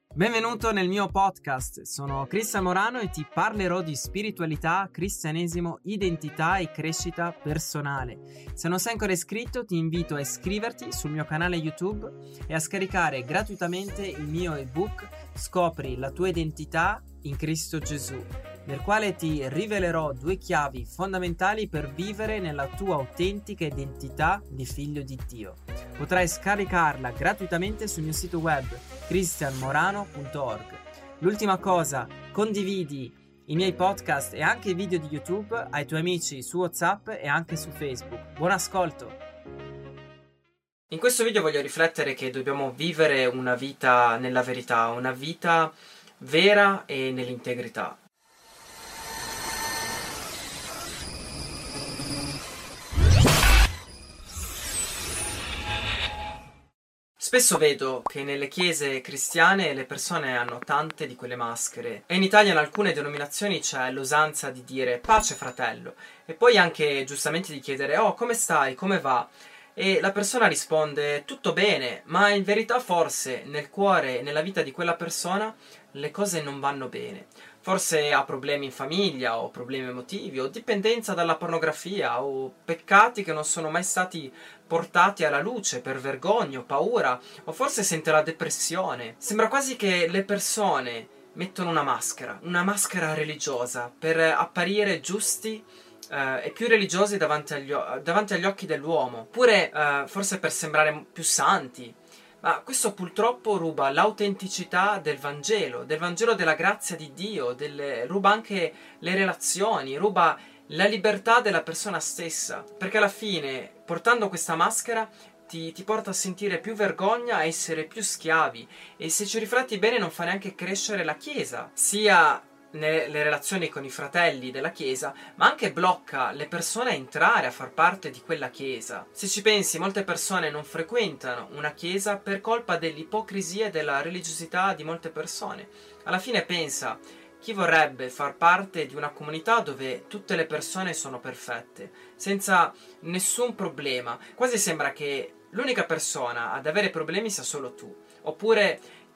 Benvenuto nel mio podcast, sono Cristian Morano e ti parlerò di spiritualità, cristianesimo, identità e crescita personale. Se non sei ancora iscritto ti invito a iscriverti sul mio canale YouTube e a scaricare gratuitamente il mio ebook Scopri la tua identità in Cristo Gesù, nel quale ti rivelerò 2 chiavi fondamentali per vivere nella tua autentica identità di figlio di Dio. Potrai scaricarla gratuitamente sul mio sito web cristianmorano.org. L'ultima cosa, condividi i miei podcast e anche i video di YouTube ai tuoi amici su WhatsApp e anche su Facebook. Buon ascolto! In questo video voglio riflettere che dobbiamo vivere una vita nella verità, una vita vera e nell'integrità. Spesso vedo che nelle chiese cristiane le persone hanno tante di quelle maschere e in Italia in alcune denominazioni c'è l'usanza di dire pace fratello e poi anche giustamente di chiedere oh come stai, come va? E la persona risponde tutto bene, ma in verità forse nel cuore e nella vita di quella persona le cose non vanno bene. Forse ha problemi in famiglia o problemi emotivi o dipendenza dalla pornografia o peccati che non sono mai stati portati alla luce per vergogna o paura, o forse sente la depressione. Sembra quasi che le persone mettono una maschera religiosa per apparire giusti e più religiosi davanti agli occhi dell'uomo, oppure forse per sembrare più santi. Ma questo purtroppo ruba l'autenticità del Vangelo della grazia di Dio, ruba anche le relazioni, ruba la libertà della persona stessa, perché alla fine, portando questa maschera, ti porta a sentire più vergogna, a essere più schiavi, e se ci rifletti bene non fa neanche crescere la Chiesa, sia nelle relazioni con i fratelli della Chiesa, ma anche blocca le persone a entrare a far parte di quella Chiesa. Se ci pensi, molte persone non frequentano una Chiesa per colpa dell'ipocrisia e della religiosità di molte persone. Alla fine pensa, chi vorrebbe far parte di una comunità dove tutte le persone sono perfette, senza nessun problema? Quasi sembra che l'unica persona ad avere problemi sia solo tu, oppure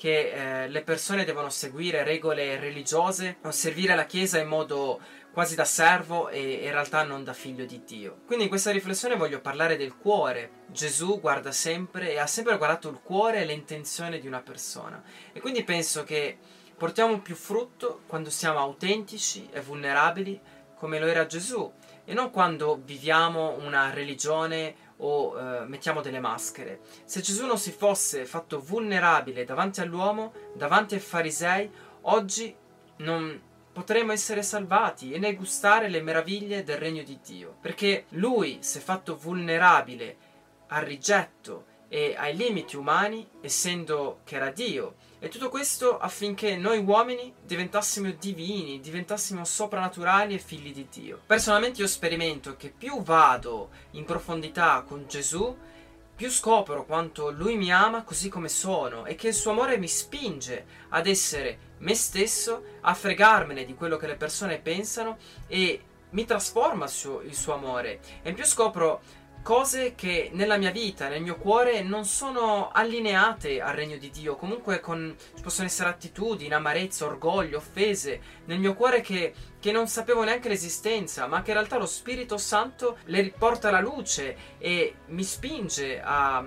che le persone devono seguire regole religiose o servire la Chiesa in modo quasi da servo e in realtà non da figlio di Dio. Quindi in questa riflessione voglio parlare del cuore. Gesù guarda sempre e ha sempre guardato il cuore e le intenzioni di una persona, e quindi penso che portiamo più frutto quando siamo autentici e vulnerabili come lo era Gesù, e non quando viviamo una religione o mettiamo delle maschere. Se Gesù non si fosse fatto vulnerabile davanti all'uomo, davanti ai farisei, oggi non potremmo essere salvati e né gustare le meraviglie del regno di Dio, perché lui si è fatto vulnerabile al rigetto e ai limiti umani, essendo che era Dio, e tutto questo affinché noi uomini diventassimo divini, diventassimo soprannaturali e figli di Dio. Personalmente io sperimento che più vado in profondità con Gesù, più scopro quanto Lui mi ama così come sono, e che il suo amore mi spinge ad essere me stesso, a fregarmene di quello che le persone pensano, e mi trasforma il suo amore, e in più scopro cose che nella mia vita, nel mio cuore, non sono allineate al regno di Dio. Comunque ci possono essere attitudini, amarezza, orgoglio, offese nel mio cuore che non sapevo neanche l'esistenza, ma che in realtà lo Spirito Santo le riporta alla luce e mi spinge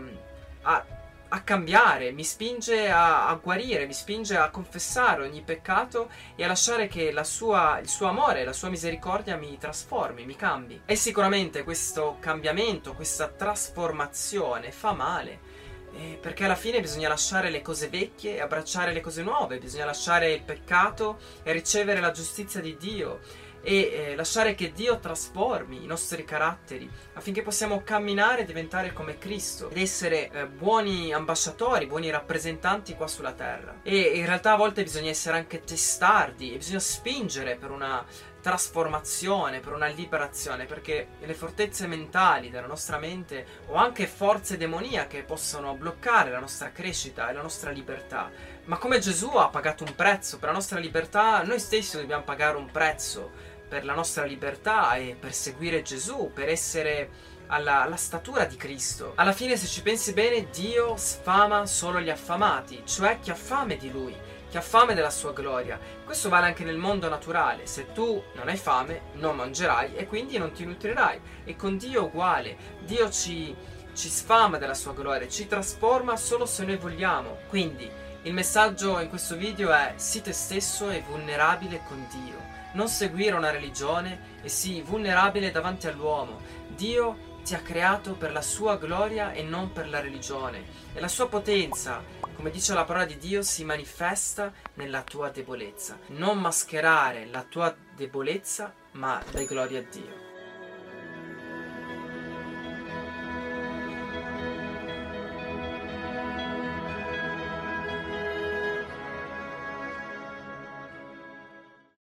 a cambiare, mi spinge a guarire, mi spinge a confessare ogni peccato e a lasciare che il suo amore, la sua misericordia mi trasformi, mi cambi. E sicuramente questo cambiamento, questa trasformazione fa male, perché alla fine bisogna lasciare le cose vecchie e abbracciare le cose nuove, bisogna lasciare il peccato e ricevere la giustizia di Dio, e lasciare che Dio trasformi i nostri caratteri affinché possiamo camminare e diventare come Cristo ed essere buoni ambasciatori, buoni rappresentanti qua sulla terra. E in realtà a volte bisogna essere anche testardi e bisogna spingere per una trasformazione, per una liberazione, perché le fortezze mentali della nostra mente o anche forze demoniache possono bloccare la nostra crescita e la nostra libertà. Ma come Gesù ha pagato un prezzo per la nostra libertà, noi stessi dobbiamo pagare un prezzo per la nostra libertà e per seguire Gesù, per essere alla statura di Cristo. Alla fine, se ci pensi bene, Dio sfama solo gli affamati, cioè chi ha fame di Lui, che ha fame della sua gloria. Questo vale anche nel mondo naturale: se tu non hai fame, non mangerai e quindi non ti nutrirai. E con Dio è uguale. Dio ci sfama della sua gloria, ci trasforma solo se noi vogliamo. Quindi il messaggio in questo video è: sii te stesso e vulnerabile con Dio. Non seguire una religione e sii vulnerabile davanti all'uomo. Dio ti ha creato per la sua gloria e non per la religione, e la sua potenza, come dice la parola di Dio, si manifesta nella tua debolezza. Non mascherare la tua debolezza, ma dai gloria a Dio.